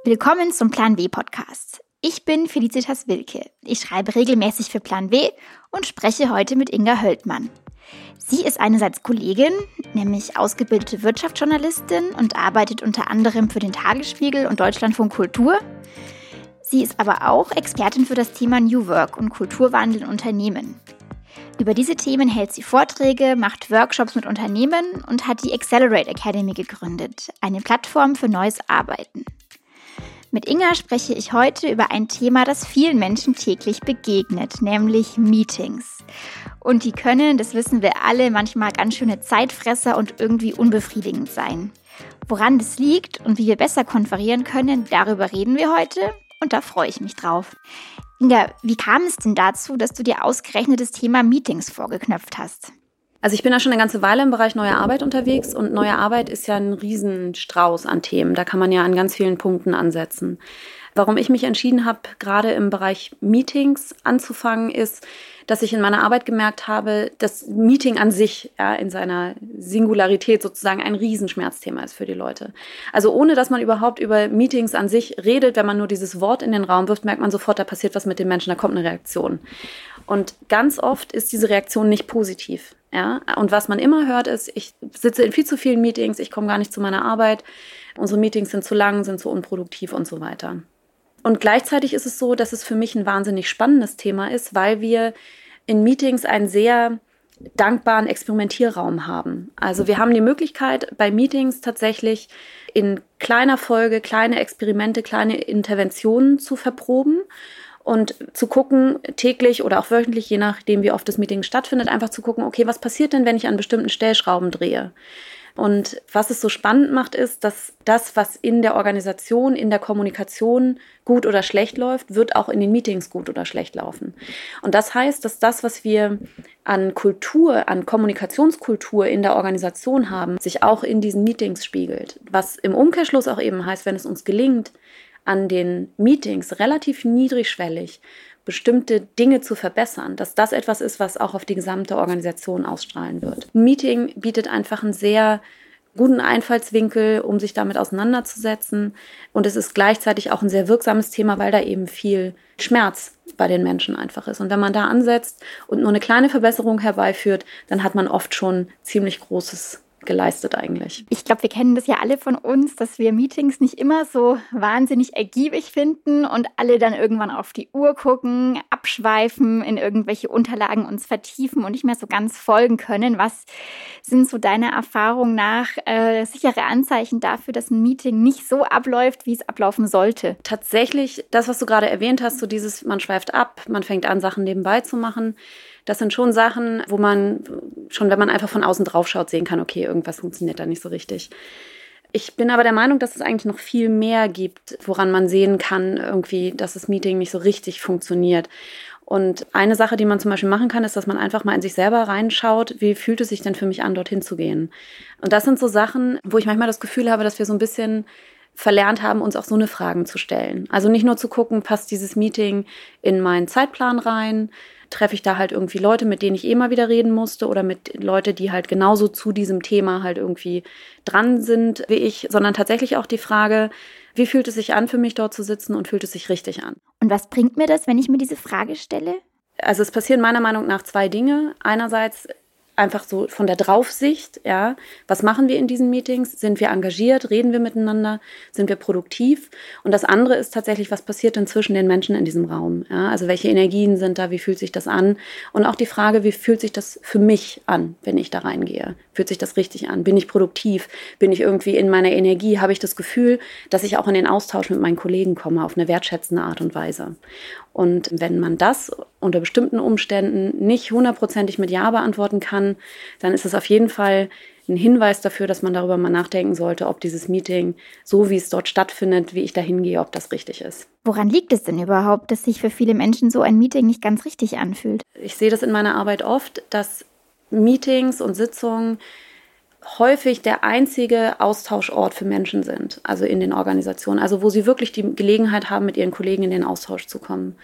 Willkommen zum Plan W Podcast. Ich bin Felicitas Wilke. Ich schreibe regelmäßig für Plan W und spreche heute mit Inga Höldmann. Sie ist einerseits Kollegin, nämlich ausgebildete Wirtschaftsjournalistin und arbeitet unter anderem für den Tagesspiegel und Deutschlandfunk Kultur. Sie ist aber auch Expertin für das Thema New Work und Kulturwandel in Unternehmen. Über diese Themen hält sie Vorträge, macht Workshops mit Unternehmen und hat die Accelerate Academy gegründet, eine Plattform für neues Arbeiten. Mit Inga spreche ich heute über ein Thema, das vielen Menschen täglich begegnet, nämlich Meetings. Und die können, das wissen wir alle, manchmal ganz schöne Zeitfresser und irgendwie unbefriedigend sein. Woran das liegt und wie wir besser konferieren können, darüber reden wir heute und da freue ich mich drauf. Inga, wie kam es denn dazu, dass du dir ausgerechnet das Thema Meetings vorgeknöpft hast? Also ich bin ja schon eine ganze Weile im Bereich neue Arbeit unterwegs und neue Arbeit ist ja ein Riesenstrauß an Themen. Da kann man ja an ganz vielen Punkten ansetzen. Warum ich mich entschieden habe, gerade im Bereich Meetings anzufangen, ist, dass ich in meiner Arbeit gemerkt habe, dass Meeting an sich in seiner Singularität sozusagen ein Riesenschmerzthema ist für die Leute. Also ohne, dass man überhaupt über Meetings an sich redet, wenn man nur dieses Wort in den Raum wirft, merkt man sofort, da passiert was mit den Menschen, da kommt eine Reaktion. Und ganz oft ist diese Reaktion nicht positiv. Ja? Und was man immer hört ist, ich sitze in viel zu vielen Meetings, ich komme gar nicht zu meiner Arbeit, unsere Meetings sind zu lang, sind zu unproduktiv und so weiter. Und gleichzeitig ist es so, dass es für mich ein wahnsinnig spannendes Thema ist, weil wir in Meetings einen sehr dankbaren Experimentierraum haben. Also wir haben die Möglichkeit, bei Meetings tatsächlich in kleiner Folge kleine Experimente, kleine Interventionen zu verproben und zu gucken, täglich oder auch wöchentlich, je nachdem, wie oft das Meeting stattfindet, einfach zu gucken, okay, was passiert denn, wenn ich an bestimmten Stellschrauben drehe? Und was es so spannend macht, ist, dass das, was in der Organisation, in der Kommunikation gut oder schlecht läuft, wird auch in den Meetings gut oder schlecht laufen. Und das heißt, dass das, was wir an Kultur, an Kommunikationskultur in der Organisation haben, sich auch in diesen Meetings spiegelt. Was im Umkehrschluss auch eben heißt, wenn es uns gelingt, an den Meetings relativ niedrigschwellig bestimmte Dinge zu verbessern, dass das etwas ist, was auch auf die gesamte Organisation ausstrahlen wird. Ein Meeting bietet einfach einen sehr guten Einfallswinkel, um sich damit auseinanderzusetzen. Und es ist gleichzeitig auch ein sehr wirksames Thema, weil da eben viel Schmerz bei den Menschen einfach ist. Und wenn man da ansetzt und nur eine kleine Verbesserung herbeiführt, dann hat man oft schon ziemlich Großes geleistet eigentlich. Ich glaube, wir kennen das ja alle von uns, dass wir Meetings nicht immer so wahnsinnig ergiebig finden und alle dann irgendwann auf die Uhr gucken, abschweifen, in irgendwelche Unterlagen uns vertiefen und nicht mehr so ganz folgen können. Was sind so deiner Erfahrung nach sichere Anzeichen dafür, dass ein Meeting nicht so abläuft, wie es ablaufen sollte? Tatsächlich, das, was du gerade erwähnt hast, so dieses, man schweift ab, man fängt an, Sachen nebenbei zu machen. Das sind schon Sachen, wo man schon, wenn man einfach von außen drauf schaut, sehen kann, okay, irgendwas funktioniert da nicht so richtig. Ich bin aber der Meinung, dass es eigentlich noch viel mehr gibt, woran man sehen kann, irgendwie, dass das Meeting nicht so richtig funktioniert. Und eine Sache, die man zum Beispiel machen kann, ist, dass man einfach mal in sich selber reinschaut, wie fühlt es sich denn für mich an, dorthin zu gehen. Und das sind so Sachen, wo ich manchmal das Gefühl habe, dass wir so ein bisschen verlernt haben, uns auch so eine Fragen zu stellen. Also nicht nur zu gucken, passt dieses Meeting in meinen Zeitplan rein, treffe ich da halt irgendwie Leute, mit denen ich mal wieder reden musste oder mit Leute, die halt genauso zu diesem Thema halt irgendwie dran sind wie ich, sondern tatsächlich auch die Frage, wie fühlt es sich an für mich dort zu sitzen und fühlt es sich richtig an? Und was bringt mir das, wenn ich mir diese Frage stelle? Also es passieren meiner Meinung nach zwei Dinge. Einerseits einfach so von der Draufsicht, ja, was machen wir in diesen Meetings? Sind wir engagiert? Reden wir miteinander? Sind wir produktiv? Und das andere ist tatsächlich, was passiert denn zwischen den Menschen in diesem Raum? Ja, also welche Energien sind da? Wie fühlt sich das an? Und auch die Frage, wie fühlt sich das für mich an, wenn ich da reingehe? Fühlt sich das richtig an? Bin ich produktiv? Bin ich irgendwie in meiner Energie? Habe ich das Gefühl, dass ich auch in den Austausch mit meinen Kollegen komme, auf eine wertschätzende Art und Weise? Und wenn man das unter bestimmten Umständen nicht hundertprozentig mit Ja beantworten kann, dann ist es auf jeden Fall ein Hinweis dafür, dass man darüber mal nachdenken sollte, ob dieses Meeting, so wie es dort stattfindet, wie ich da hingehe, ob das richtig ist. Woran liegt es denn überhaupt, dass sich für viele Menschen so ein Meeting nicht ganz richtig anfühlt? Ich sehe das in meiner Arbeit oft, dass Meetings und Sitzungen häufig der einzige Austauschort für Menschen sind, also in den Organisationen, also wo sie wirklich die Gelegenheit haben, mit ihren Kollegen in den Austausch zu kommen.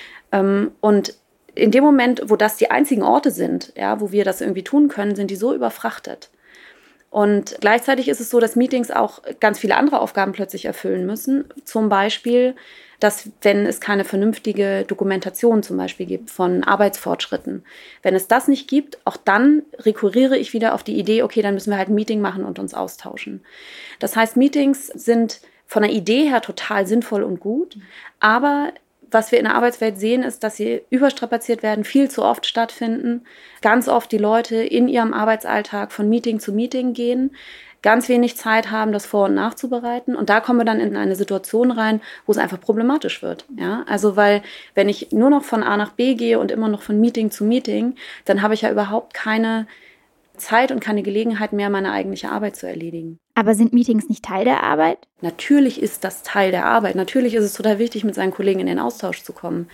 Und in dem Moment, wo das die einzigen Orte sind, ja, wo wir das irgendwie tun können, sind die so überfrachtet. Und gleichzeitig ist es so, dass Meetings auch ganz viele andere Aufgaben plötzlich erfüllen müssen. Zum Beispiel, dass wenn es keine vernünftige Dokumentation zum Beispiel gibt von Arbeitsfortschritten, wenn es das nicht gibt, auch dann rekurriere ich wieder auf die Idee, okay, dann müssen wir halt ein Meeting machen und uns austauschen. Das heißt, Meetings sind von der Idee her total sinnvoll und gut, aber was wir in der Arbeitswelt sehen, ist, dass sie überstrapaziert werden, viel zu oft stattfinden, ganz oft die Leute in ihrem Arbeitsalltag von Meeting zu Meeting gehen, ganz wenig Zeit haben, das vor- und nachzubereiten. Und da kommen wir dann in eine Situation rein, wo es einfach problematisch wird. Ja? Also weil, wenn ich nur noch von A nach B gehe und immer noch von Meeting zu Meeting, dann habe ich ja überhaupt keine Zeit und keine Gelegenheit mehr, meine eigentliche Arbeit zu erledigen. Aber sind Meetings nicht Teil der Arbeit? Natürlich ist das Teil der Arbeit. Natürlich ist es total wichtig, mit seinen Kollegen in den Austausch zu kommen.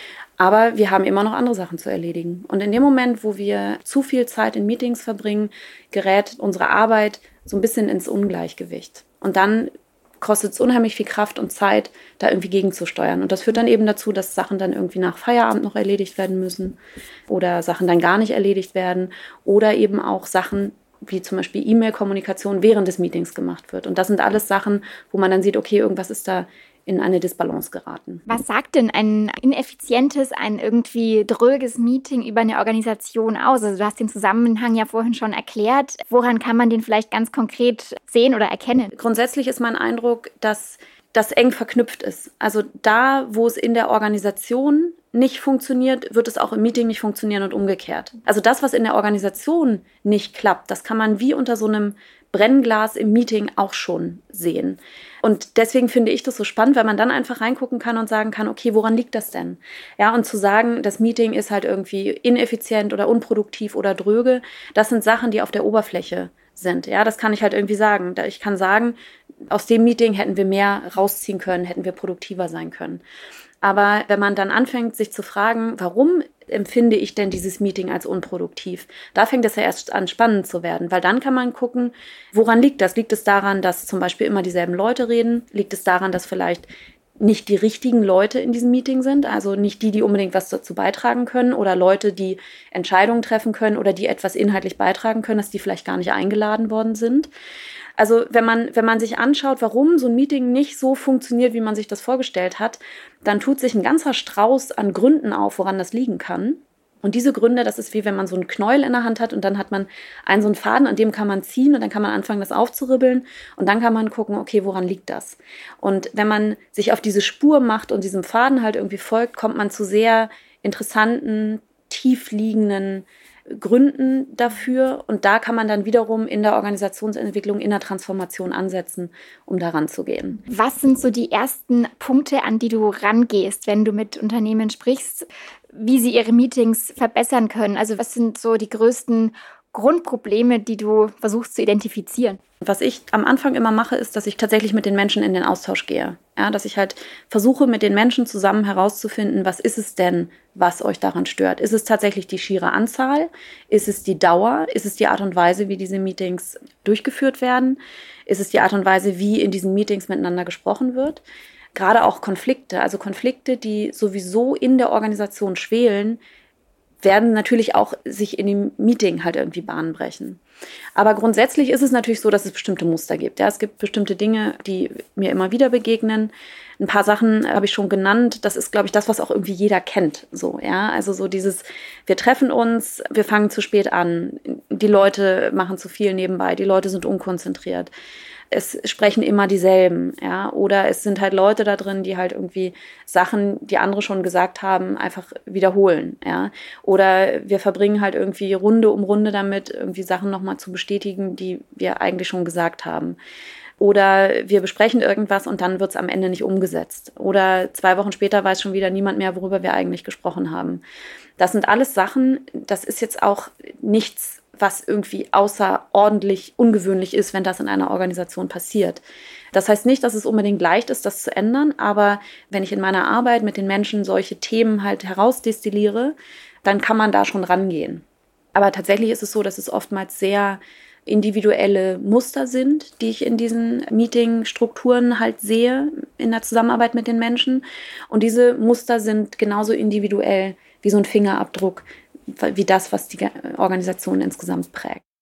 Aber wir haben immer noch andere Sachen zu erledigen. Und in dem Moment, wo wir zu viel Zeit in Meetings verbringen, gerät unsere Arbeit so ein bisschen ins Ungleichgewicht. Und dann kostet es unheimlich viel Kraft und Zeit, da irgendwie gegenzusteuern. Und das führt dann eben dazu, dass Sachen dann irgendwie nach Feierabend noch erledigt werden müssen oder Sachen dann gar nicht erledigt werden oder eben auch Sachen wie zum Beispiel E-Mail-Kommunikation während des Meetings gemacht wird. Und das sind alles Sachen, wo man dann sieht, okay, irgendwas ist da in eine Disbalance geraten. Was sagt denn ein ineffizientes, ein irgendwie dröges Meeting über eine Organisation aus? Also du hast den Zusammenhang ja vorhin schon erklärt. Woran kann man den vielleicht ganz konkret sehen oder erkennen? Grundsätzlich ist mein Eindruck, dass das eng verknüpft ist. Also da, wo es in der Organisation nicht funktioniert, wird es auch im Meeting nicht funktionieren und umgekehrt. Also das, was in der Organisation nicht klappt, das kann man wie unter so einem Brennglas im Meeting auch schon sehen. Und deswegen finde ich das so spannend, weil man dann einfach reingucken kann und sagen kann, okay, woran liegt das denn? Ja, und zu sagen, das Meeting ist halt irgendwie ineffizient oder unproduktiv oder dröge, das sind Sachen, die auf der Oberfläche sind. Ja, das kann ich halt irgendwie sagen. Ich kann sagen, aus dem Meeting hätten wir mehr rausziehen können, hätten wir produktiver sein können. Aber wenn man dann anfängt, sich zu fragen, warum empfinde ich denn dieses Meeting als unproduktiv? Da fängt es ja erst an, spannend zu werden, weil dann kann man gucken, woran liegt das? Liegt es daran, dass zum Beispiel immer dieselben Leute reden? Liegt es daran, dass vielleicht nicht die richtigen Leute in diesem Meeting sind, also nicht die, die unbedingt was dazu beitragen können oder Leute, die Entscheidungen treffen können oder die etwas inhaltlich beitragen können, dass die vielleicht gar nicht eingeladen worden sind? Also wenn man sich anschaut, warum so ein Meeting nicht so funktioniert, wie man sich das vorgestellt hat, dann tut sich ein ganzer Strauß an Gründen auf, woran das liegen kann. Und diese Gründe, das ist wie wenn man so einen Knäuel in der Hand hat und dann hat man so einen Faden, an dem kann man ziehen und dann kann man anfangen, das aufzuribbeln und dann kann man gucken, okay, woran liegt das? Und wenn man sich auf diese Spur macht und diesem Faden halt irgendwie folgt, kommt man zu sehr interessanten, tiefliegenden Gründen dafür. Und da kann man dann wiederum in der Organisationsentwicklung, in der Transformation ansetzen, um daran zu gehen. Was sind so die ersten Punkte, an die du rangehst, wenn du mit Unternehmen sprichst, wie sie ihre Meetings verbessern können? Also was sind so die größten Grundprobleme, die du versuchst zu identifizieren? Was ich am Anfang immer mache, ist, dass ich tatsächlich mit den Menschen in den Austausch gehe. Ja, dass ich halt versuche, mit den Menschen zusammen herauszufinden, was ist es denn, was euch daran stört? Ist es tatsächlich die schiere Anzahl? Ist es die Dauer? Ist es die Art und Weise, wie diese Meetings durchgeführt werden? Ist es die Art und Weise, wie in diesen Meetings miteinander gesprochen wird? Gerade auch Konflikte, also Konflikte, die sowieso in der Organisation schwelen, werden natürlich auch sich in dem Meeting halt irgendwie Bahn brechen. Aber grundsätzlich ist es natürlich so, dass es bestimmte Muster gibt. Ja, es gibt bestimmte Dinge, die mir immer wieder begegnen. Ein paar Sachen habe ich schon genannt. Das ist, glaube ich, das, was auch irgendwie jeder kennt. So, ja, also so dieses, wir treffen uns, wir fangen zu spät an, die Leute machen zu viel nebenbei, die Leute sind unkonzentriert. Es sprechen immer dieselben, ja, oder es sind halt Leute da drin, die halt irgendwie Sachen, die andere schon gesagt haben, einfach wiederholen, ja, oder wir verbringen halt irgendwie Runde um Runde damit, irgendwie Sachen nochmal zu bestätigen, die wir eigentlich schon gesagt haben. Oder wir besprechen irgendwas und dann wird es am Ende nicht umgesetzt. Oder 2 Wochen später weiß schon wieder niemand mehr, worüber wir eigentlich gesprochen haben. Das sind alles Sachen, das ist jetzt auch nichts, was irgendwie außerordentlich ungewöhnlich ist, wenn das in einer Organisation passiert. Das heißt nicht, dass es unbedingt leicht ist, das zu ändern, aber wenn ich in meiner Arbeit mit den Menschen solche Themen halt herausdestilliere, dann kann man da schon rangehen. Aber tatsächlich ist es so, dass es oftmals sehr individuelle Muster sind, die ich in diesen Meeting-Strukturen halt sehe in der Zusammenarbeit mit den Menschen. Und diese Muster sind genauso individuell wie so ein Fingerabdruck, wie das, was die Organisation insgesamt prägt.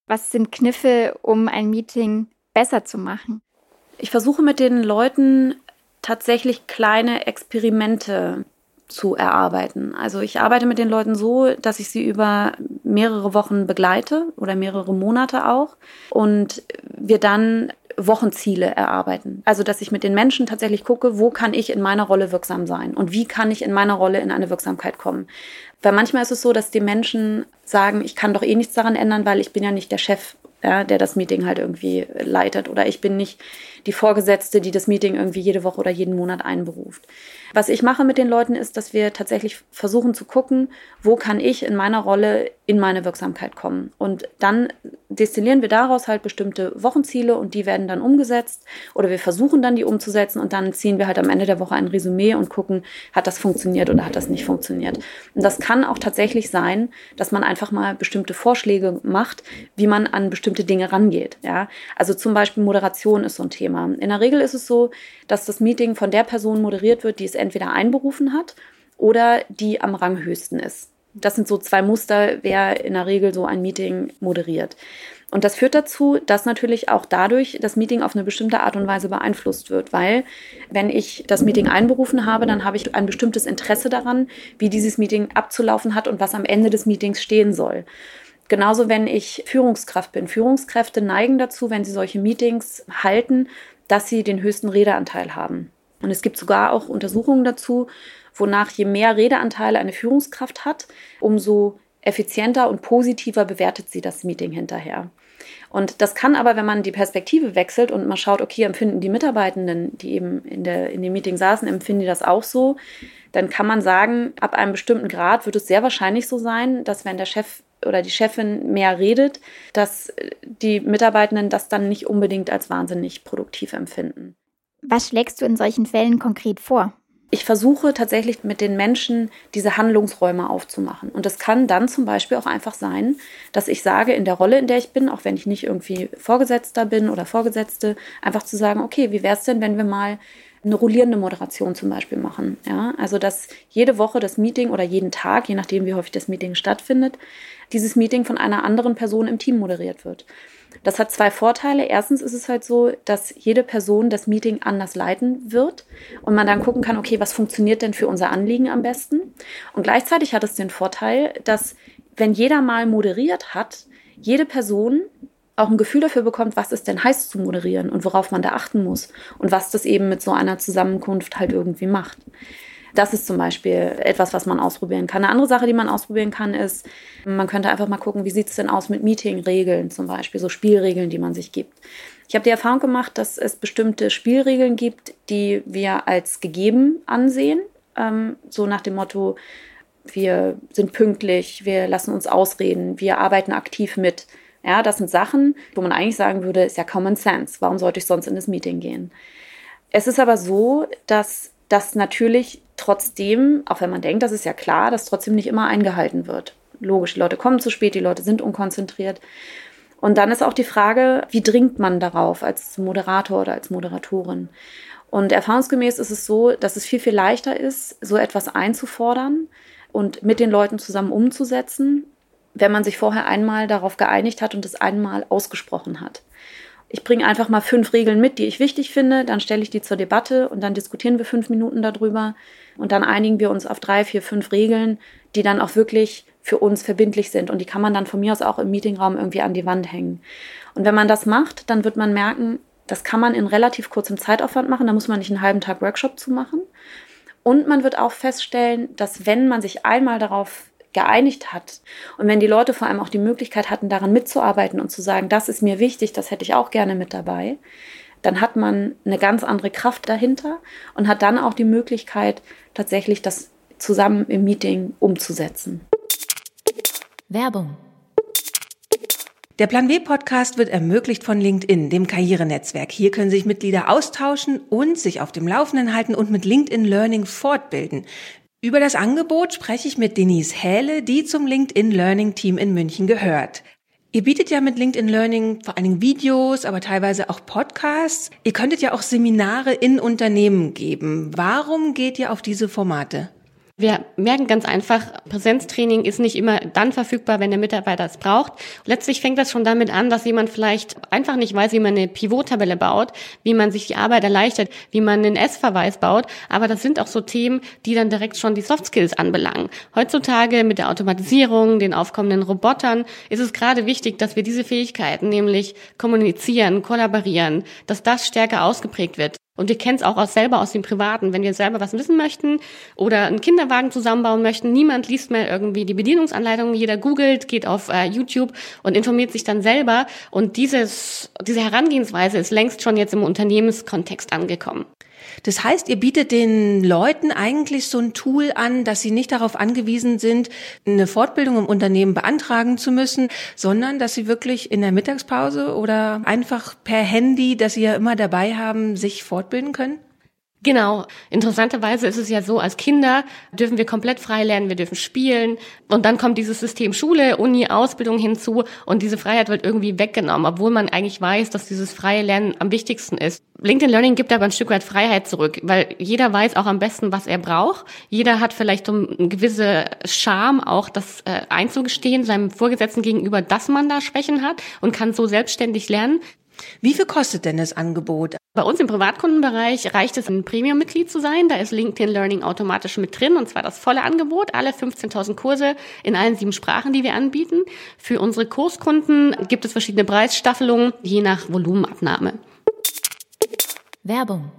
Was sind Kniffe, um ein Meeting besser zu machen? Ich versuche mit den Leuten tatsächlich kleine Experimente zu erarbeiten. Also ich arbeite mit den Leuten so, dass ich sie über mehrere Wochen begleite oder mehrere Monate auch und wir dann Wochenziele erarbeiten. Also dass ich mit den Menschen tatsächlich gucke, wo kann ich in meiner Rolle wirksam sein und wie kann ich in meiner Rolle in eine Wirksamkeit kommen. Weil manchmal ist es so, dass die Menschen sagen, ich kann doch eh nichts daran ändern, weil ich bin ja nicht der Chef, ja, der das Meeting halt irgendwie leitet, oder ich bin nicht die Vorgesetzte, die das Meeting irgendwie jede Woche oder jeden Monat einberuft. Was ich mache mit den Leuten ist, dass wir tatsächlich versuchen zu gucken, wo kann ich in meiner Rolle in meine Wirksamkeit kommen. Und dann destillieren wir daraus halt bestimmte Wochenziele und die werden dann umgesetzt oder wir versuchen dann die umzusetzen und dann ziehen wir halt am Ende der Woche ein Resümee und gucken, hat das funktioniert oder hat das nicht funktioniert. Und das kann auch tatsächlich sein, dass man einfach mal bestimmte Vorschläge macht, wie man an bestimmte Dinge rangeht. Ja? Also zum Beispiel Moderation ist so ein Thema. In der Regel ist es so, dass das Meeting von der Person moderiert wird, die es entweder einberufen hat oder die am Ranghöchsten ist. Das sind so zwei Muster, wer in der Regel so ein Meeting moderiert. Und das führt dazu, dass natürlich auch dadurch das Meeting auf eine bestimmte Art und Weise beeinflusst wird, weil wenn ich das Meeting einberufen habe, dann habe ich ein bestimmtes Interesse daran, wie dieses Meeting abzulaufen hat und was am Ende des Meetings stehen soll. Genauso, wenn ich Führungskraft bin. Führungskräfte neigen dazu, wenn sie solche Meetings halten, dass sie den höchsten Redeanteil haben. Und es gibt sogar auch Untersuchungen dazu, wonach je mehr Redeanteile eine Führungskraft hat, umso effizienter und positiver bewertet sie das Meeting hinterher. Und das kann aber, wenn man die Perspektive wechselt und mal schaut, okay, empfinden die Mitarbeitenden, die eben in dem Meeting saßen, empfinden die das auch so, dann kann man sagen, ab einem bestimmten Grad wird es sehr wahrscheinlich so sein, dass wenn der Chef oder die Chefin mehr redet, dass die Mitarbeitenden das dann nicht unbedingt als wahnsinnig produktiv empfinden. Was schlägst du in solchen Fällen konkret vor? Ich versuche tatsächlich mit den Menschen diese Handlungsräume aufzumachen. Und das kann dann zum Beispiel auch einfach sein, dass ich sage, in der Rolle, in der ich bin, auch wenn ich nicht irgendwie Vorgesetzter bin oder Vorgesetzte, einfach zu sagen, okay, wie wäre es denn, wenn wir mal eine rollierende Moderation zum Beispiel machen. Ja? Also dass jede Woche das Meeting oder jeden Tag, je nachdem wie häufig das Meeting stattfindet, dieses Meeting von einer anderen Person im Team moderiert wird. Das hat zwei Vorteile. Erstens ist es halt so, dass jede Person das Meeting anders leiten wird und man dann gucken kann, okay, was funktioniert denn für unser Anliegen am besten? Und gleichzeitig hat es den Vorteil, dass wenn jeder mal moderiert hat, jede Person auch ein Gefühl dafür bekommt, was es denn heißt zu moderieren und worauf man da achten muss und was das eben mit so einer Zusammenkunft halt irgendwie macht. Das ist zum Beispiel etwas, was man ausprobieren kann. Eine andere Sache, die man ausprobieren kann, ist, man könnte einfach mal gucken, wie sieht es denn aus mit Meeting-Regeln zum Beispiel, so Spielregeln, die man sich gibt. Ich habe die Erfahrung gemacht, dass es bestimmte Spielregeln gibt, die wir als gegeben ansehen, so nach dem Motto, wir sind pünktlich, wir lassen uns ausreden, wir arbeiten aktiv mit. Ja, das sind Sachen, wo man eigentlich sagen würde, ist ja Common Sense. Warum sollte ich sonst in das Meeting gehen? Es ist aber so, dass das natürlich trotzdem, auch wenn man denkt, das ist ja klar, dass trotzdem nicht immer eingehalten wird. Logisch, die Leute kommen zu spät, die Leute sind unkonzentriert. Und dann ist auch die Frage, wie dringt man darauf als Moderator oder als Moderatorin? Und erfahrungsgemäß ist es so, dass es viel, viel leichter ist, so etwas einzufordern und mit den Leuten zusammen umzusetzen, wenn man sich vorher einmal darauf geeinigt hat und es einmal ausgesprochen hat. Ich bringe einfach mal 5 Regeln mit, die ich wichtig finde, dann stelle ich die zur Debatte und dann diskutieren wir 5 Minuten darüber und dann einigen wir uns auf 3, 4, 5 Regeln, die dann auch wirklich für uns verbindlich sind und die kann man dann von mir aus auch im Meetingraum irgendwie an die Wand hängen. Und wenn man das macht, dann wird man merken, das kann man in relativ kurzem Zeitaufwand machen, da muss man nicht einen halben Tag Workshop zu machen. Und man wird auch feststellen, dass wenn man sich einmal darauf geeinigt hat und wenn die Leute vor allem auch die Möglichkeit hatten, daran mitzuarbeiten und zu sagen, das ist mir wichtig, das hätte ich auch gerne mit dabei, dann hat man eine ganz andere Kraft dahinter und hat dann auch die Möglichkeit, tatsächlich das zusammen im Meeting umzusetzen. Werbung. Der Plan W Podcast wird ermöglicht von LinkedIn, dem Karrierenetzwerk. Hier können sich Mitglieder austauschen und sich auf dem Laufenden halten und mit LinkedIn Learning fortbilden. Über das Angebot spreche ich mit Denise Hähle, die zum LinkedIn Learning Team in München gehört. Ihr bietet ja mit LinkedIn Learning vor allen Dingen Videos, aber teilweise auch Podcasts. Ihr könntet ja auch Seminare in Unternehmen geben. Warum geht ihr auf diese Formate? Wir merken ganz einfach, Präsenztraining ist nicht immer dann verfügbar, wenn der Mitarbeiter es braucht. Letztlich fängt das schon damit an, dass jemand vielleicht einfach nicht weiß, wie man eine Pivot-Tabelle baut, wie man sich die Arbeit erleichtert, wie man einen S-Verweis baut. Aber das sind auch so Themen, die dann direkt schon die Soft Skills anbelangen. Heutzutage mit der Automatisierung, den aufkommenden Robotern, ist es gerade wichtig, dass wir diese Fähigkeiten, nämlich kommunizieren, kollaborieren, dass das stärker ausgeprägt wird. Und wir kennen es auch selber aus dem Privaten, wenn wir selber was wissen möchten oder einen Kinderwagen zusammenbauen möchten. Niemand liest mehr irgendwie die Bedienungsanleitungen, jeder googelt, geht auf YouTube und informiert sich dann selber. Und diese Herangehensweise ist längst schon jetzt im Unternehmenskontext angekommen. Das heißt, ihr bietet den Leuten eigentlich so ein Tool an, dass sie nicht darauf angewiesen sind, eine Fortbildung im Unternehmen beantragen zu müssen, sondern dass sie wirklich in der Mittagspause oder einfach per Handy, das sie ja immer dabei haben, sich fortbilden können? Genau. Interessanterweise ist es ja so, als Kinder dürfen wir komplett frei lernen, wir dürfen spielen und dann kommt dieses System Schule, Uni, Ausbildung hinzu und diese Freiheit wird irgendwie weggenommen, obwohl man eigentlich weiß, dass dieses freie Lernen am wichtigsten ist. LinkedIn Learning gibt aber ein Stück weit Freiheit zurück, weil jeder weiß auch am besten, was er braucht. Jeder hat vielleicht so eine gewisse Scham, auch das einzugestehen seinem Vorgesetzten gegenüber, dass man da Schwächen hat und kann so selbstständig lernen. Wie viel kostet denn das Angebot? Bei uns im Privatkundenbereich reicht es, ein Premium-Mitglied zu sein. Da ist LinkedIn Learning automatisch mit drin, und zwar das volle Angebot, alle 15.000 Kurse in allen 7 Sprachen, die wir anbieten. Für unsere Kurskunden gibt es verschiedene Preisstaffelungen, je nach Volumenabnahme. Werbung.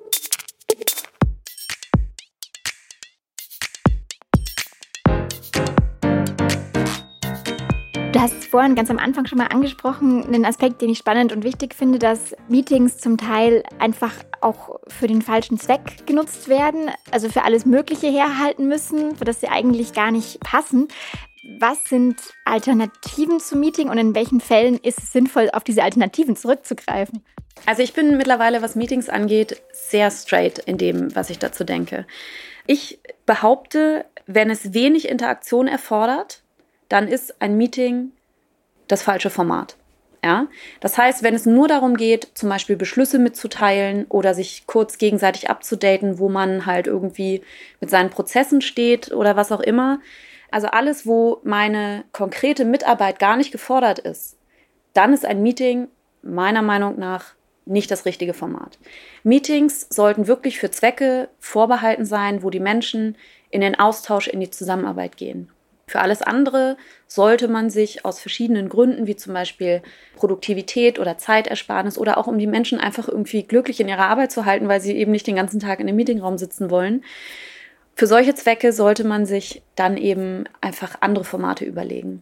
Du hast es vorhin ganz am Anfang schon mal angesprochen, einen Aspekt, den ich spannend und wichtig finde, dass Meetings zum Teil einfach auch für den falschen Zweck genutzt werden, also für alles Mögliche herhalten müssen, für das sie eigentlich gar nicht passen. Was sind Alternativen zum Meeting und in welchen Fällen ist es sinnvoll, auf diese Alternativen zurückzugreifen? Also ich bin mittlerweile, was Meetings angeht, sehr straight in dem, was ich dazu denke. Ich behaupte, wenn es wenig Interaktion erfordert, dann ist ein Meeting das falsche Format. Ja? Das heißt, wenn es nur darum geht, zum Beispiel Beschlüsse mitzuteilen oder sich kurz gegenseitig abzudaten, wo man halt irgendwie mit seinen Prozessen steht oder was auch immer, also alles, wo meine konkrete Mitarbeit gar nicht gefordert ist, dann ist ein Meeting meiner Meinung nach nicht das richtige Format. Meetings sollten wirklich für Zwecke vorbehalten sein, wo die Menschen in den Austausch, in die Zusammenarbeit gehen. Für alles andere sollte man sich aus verschiedenen Gründen, wie zum Beispiel Produktivität oder Zeitersparnis oder auch um die Menschen einfach irgendwie glücklich in ihrer Arbeit zu halten, weil sie eben nicht den ganzen Tag in dem Meetingraum sitzen wollen. Für solche Zwecke sollte man sich dann eben einfach andere Formate überlegen.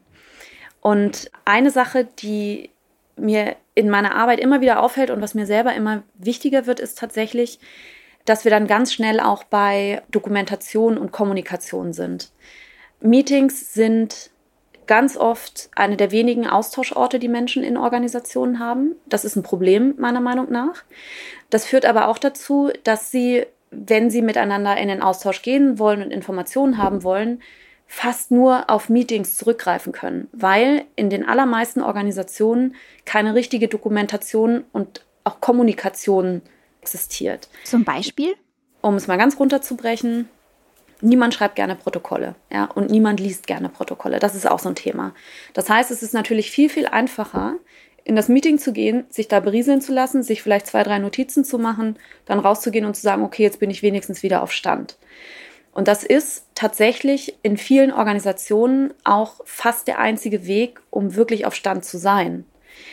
Und eine Sache, die mir in meiner Arbeit immer wieder auffällt und was mir selber immer wichtiger wird, ist tatsächlich, dass wir dann ganz schnell auch bei Dokumentation und Kommunikation sind. Meetings sind ganz oft eine der wenigen Austauschorte, die Menschen in Organisationen haben. Das ist ein Problem, meiner Meinung nach. Das führt aber auch dazu, dass sie, wenn sie miteinander in den Austausch gehen wollen und Informationen haben wollen, fast nur auf Meetings zurückgreifen können, weil in den allermeisten Organisationen keine richtige Dokumentation und auch Kommunikation existiert. Zum Beispiel? Um es mal ganz runterzubrechen: Niemand schreibt gerne Protokolle, ja, und niemand liest gerne Protokolle. Das ist auch so ein Thema. Das heißt, es ist natürlich viel, viel einfacher, in das Meeting zu gehen, sich da berieseln zu lassen, sich vielleicht 2, 3 Notizen zu machen, dann rauszugehen und zu sagen, okay, jetzt bin ich wenigstens wieder auf Stand. Und das ist tatsächlich in vielen Organisationen auch fast der einzige Weg, um wirklich auf Stand zu sein.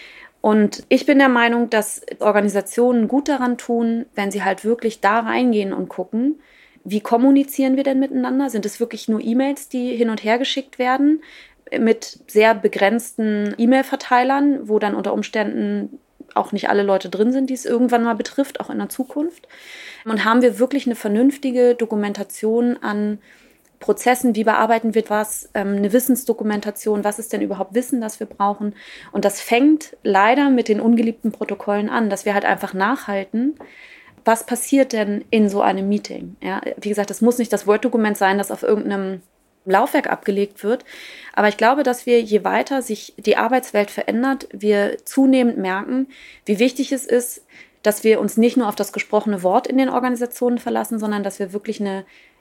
Und ich bin der Meinung, dass Organisationen gut daran tun, wenn sie halt wirklich da reingehen und gucken, wie kommunizieren wir denn miteinander? Sind es wirklich nur E-Mails, die hin und her geschickt werden, mit sehr begrenzten E-Mail-Verteilern, wo dann unter Umständen auch nicht alle Leute drin sind, die es irgendwann mal betrifft, auch in der Zukunft? Und haben wir wirklich eine vernünftige Dokumentation an Prozessen, wie bearbeiten wir was, eine Wissensdokumentation, was ist denn überhaupt Wissen, das wir brauchen? Und das fängt leider mit den ungeliebten Protokollen an, dass wir halt einfach nachhalten, was passiert denn in so einem Meeting? Ja, wie gesagt, das muss nicht das Word-Dokument sein, das auf irgendeinem Laufwerk abgelegt wird. Aber ich glaube, dass wir, je weiter sich die Arbeitswelt verändert, wir zunehmend merken, wie wichtig es ist, dass wir uns nicht nur auf das gesprochene Wort in den Organisationen verlassen, sondern dass wir wirklich eine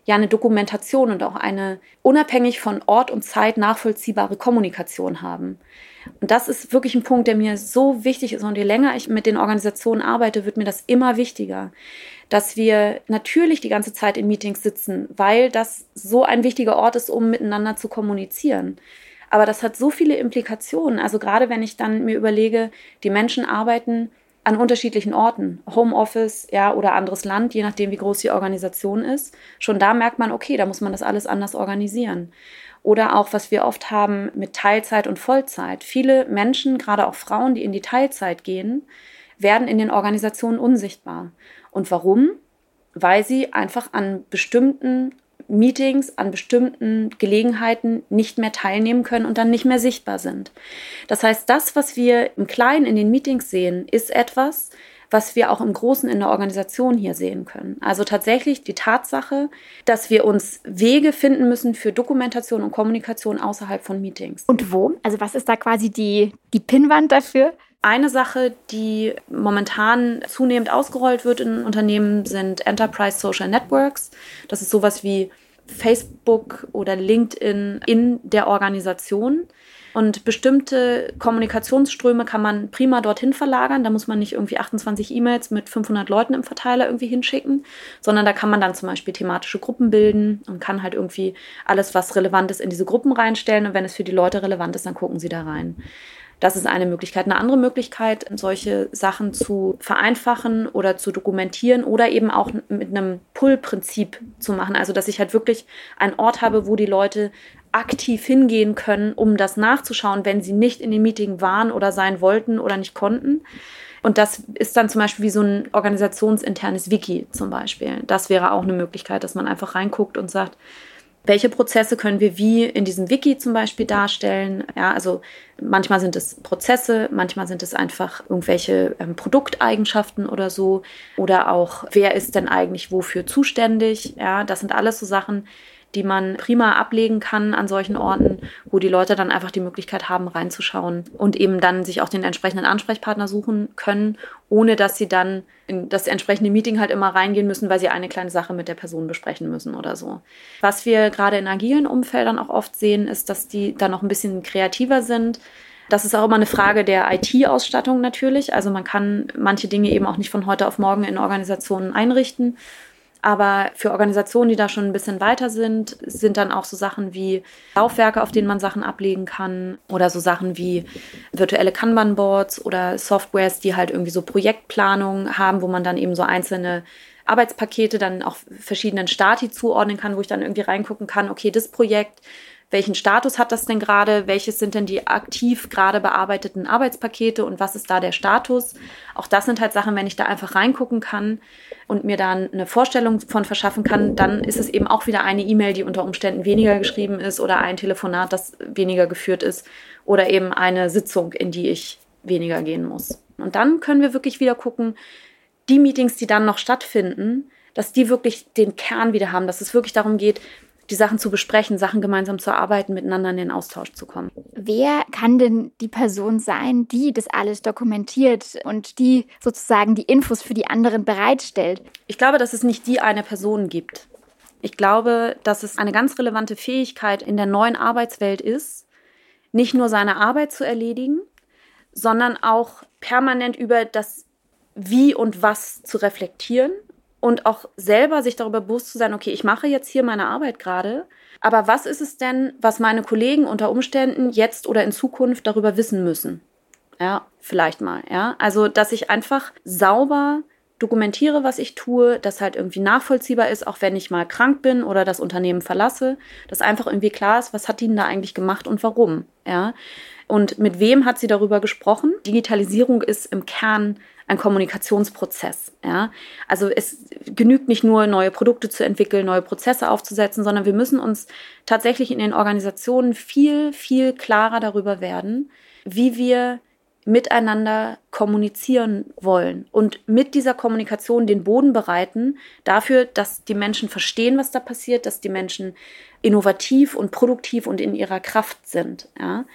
ja eine Dokumentation und auch eine unabhängig von Ort und Zeit nachvollziehbare Kommunikation haben. Und das ist wirklich ein Punkt, der mir so wichtig ist. Und je länger ich mit den Organisationen arbeite, wird mir das immer wichtiger, dass wir natürlich die ganze Zeit in Meetings sitzen, weil das so ein wichtiger Ort ist, um miteinander zu kommunizieren. Aber das hat so viele Implikationen. Also gerade wenn ich dann mir überlege, die Menschen arbeiten an unterschiedlichen Orten, Homeoffice, ja, oder anderes Land, je nachdem, wie groß die Organisation ist. Schon da merkt man, okay, da muss man das alles anders organisieren. Oder auch, was wir oft haben mit Teilzeit und Vollzeit. Viele Menschen, gerade auch Frauen, die in die Teilzeit gehen, werden in den Organisationen unsichtbar. Und warum? Weil sie einfach an bestimmten Meetings, an bestimmten Gelegenheiten nicht mehr teilnehmen können und dann nicht mehr sichtbar sind. Das heißt, das, was wir im Kleinen in den Meetings sehen, ist etwas, was wir auch im Großen in der Organisation hier sehen können. Also tatsächlich die Tatsache, dass wir uns Wege finden müssen für Dokumentation und Kommunikation außerhalb von Meetings. Und wo? Also was ist da quasi die Pinnwand dafür? Eine Sache, die momentan zunehmend ausgerollt wird in Unternehmen, sind Enterprise Social Networks. Das ist sowas wie Facebook oder LinkedIn in der Organisation. Und bestimmte Kommunikationsströme kann man prima dorthin verlagern. Da muss man nicht irgendwie 28 E-Mails mit 500 Leuten im Verteiler irgendwie hinschicken, sondern da kann man dann zum Beispiel thematische Gruppen bilden und kann halt irgendwie alles, was relevant ist, in diese Gruppen reinstellen. Und wenn es für die Leute relevant ist, dann gucken sie da rein. Das ist eine Möglichkeit. Eine andere Möglichkeit, solche Sachen zu vereinfachen oder zu dokumentieren oder eben auch mit einem Pull-Prinzip zu machen. Also, dass ich halt wirklich einen Ort habe, wo die Leute aktiv hingehen können, um das nachzuschauen, wenn sie nicht in dem Meeting waren oder sein wollten oder nicht konnten. Und das ist dann zum Beispiel wie so ein organisationsinternes Wiki zum Beispiel. Das wäre auch eine Möglichkeit, dass man einfach reinguckt und sagt, welche Prozesse können wir wie in diesem Wiki zum Beispiel darstellen? Ja, also manchmal sind es Prozesse, manchmal sind es einfach irgendwelche Produkteigenschaften oder so. Oder auch, wer ist denn eigentlich wofür zuständig? Ja, das sind alles so Sachen, die man prima ablegen kann an solchen Orten, wo die Leute dann einfach die Möglichkeit haben, reinzuschauen und eben dann sich auch den entsprechenden Ansprechpartner suchen können, ohne dass sie dann in das entsprechende Meeting halt immer reingehen müssen, weil sie eine kleine Sache mit der Person besprechen müssen oder so. Was wir gerade in agilen Umfeldern auch oft sehen, ist, dass die dann noch ein bisschen kreativer sind. Das ist auch immer eine Frage der IT-Ausstattung natürlich. Also man kann manche Dinge eben auch nicht von heute auf morgen in Organisationen einrichten. Aber für Organisationen, die da schon ein bisschen weiter sind dann auch so Sachen wie Laufwerke, auf denen man Sachen ablegen kann oder so Sachen wie virtuelle Kanban-Boards oder Softwares, die halt irgendwie so Projektplanung haben, wo man dann eben so einzelne Arbeitspakete dann auch verschiedenen Stati zuordnen kann, wo ich dann irgendwie reingucken kann, okay, das Projekt, welchen Status hat das denn gerade? Welches sind denn die aktiv gerade bearbeiteten Arbeitspakete und was ist da der Status? Auch das sind halt Sachen, wenn ich da einfach reingucken kann und mir dann eine Vorstellung von verschaffen kann, dann ist es eben auch wieder eine E-Mail, die unter Umständen weniger geschrieben ist oder ein Telefonat, das weniger geführt ist oder eben eine Sitzung, in die ich weniger gehen muss. Und dann können wir wirklich wieder gucken, die Meetings, die dann noch stattfinden, dass die wirklich den Kern wieder haben, dass es wirklich darum geht, die Sachen zu besprechen, Sachen gemeinsam zu erarbeiten, miteinander in den Austausch zu kommen. Wer kann denn die Person sein, die das alles dokumentiert und die sozusagen die Infos für die anderen bereitstellt? Ich glaube, dass es nicht die eine Person gibt. Ich glaube, dass es eine ganz relevante Fähigkeit in der neuen Arbeitswelt ist, nicht nur seine Arbeit zu erledigen, sondern auch permanent über das Wie und Was zu reflektieren. Und auch selber sich darüber bewusst zu sein, okay, ich mache jetzt hier meine Arbeit gerade, aber was ist es denn, was meine Kollegen unter Umständen jetzt oder in Zukunft darüber wissen müssen? Ja, vielleicht mal, ja. Also, dass ich einfach sauber dokumentiere, was ich tue, dass halt irgendwie nachvollziehbar ist, auch wenn ich mal krank bin oder das Unternehmen verlasse, dass einfach irgendwie klar ist, was hat die denn da eigentlich gemacht und warum, ja. Und mit wem hat sie darüber gesprochen? Digitalisierung ist im Kern ein Kommunikationsprozess. Ja? Also es genügt nicht nur, neue Produkte zu entwickeln, neue Prozesse aufzusetzen, sondern wir müssen uns tatsächlich in den Organisationen viel, viel klarer darüber werden, wie wir miteinander kommunizieren wollen und mit dieser Kommunikation den Boden bereiten dafür, dass die Menschen verstehen, was da passiert, dass die Menschen innovativ und produktiv und in ihrer Kraft sind. Ja?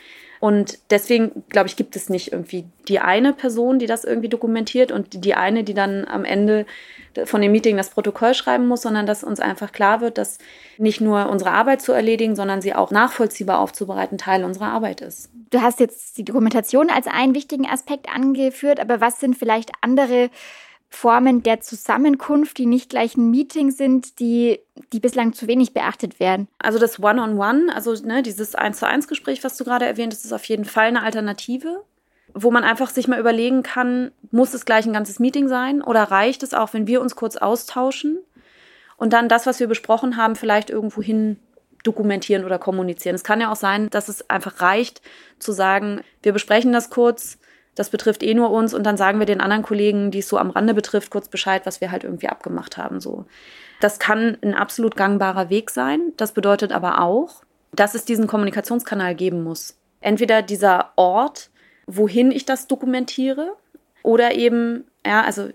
Und deswegen, glaube ich, gibt es nicht irgendwie die eine Person, die das irgendwie dokumentiert und die eine, die dann am Ende von dem Meeting das Protokoll schreiben muss, sondern dass uns einfach klar wird, dass nicht nur unsere Arbeit zu erledigen, sondern sie auch nachvollziehbar aufzubereiten Teil unserer Arbeit ist. Du hast jetzt die Dokumentation als einen wichtigen Aspekt angeführt, aber was sind vielleicht andere Formen der Zusammenkunft, die nicht gleich ein Meeting sind, die bislang zu wenig beachtet werden? Also das One-on-One, also dieses 1-zu-1-Gespräch, was du gerade erwähnt hast, ist auf jeden Fall eine Alternative, wo man einfach sich mal überlegen kann, muss es gleich ein ganzes Meeting sein oder reicht es auch, wenn wir uns kurz austauschen und dann das, was wir besprochen haben, vielleicht irgendwo hin dokumentieren oder kommunizieren. Es kann ja auch sein, dass es einfach reicht, zu sagen, wir besprechen das kurz, das betrifft eh nur uns und dann sagen wir den anderen Kollegen, die es so am Rande betrifft, kurz Bescheid, was wir halt irgendwie abgemacht haben. So. Das kann ein absolut gangbarer Weg sein. Das bedeutet aber auch, dass es diesen Kommunikationskanal geben muss. Entweder dieser Ort, wohin ich das dokumentiere oder eben, also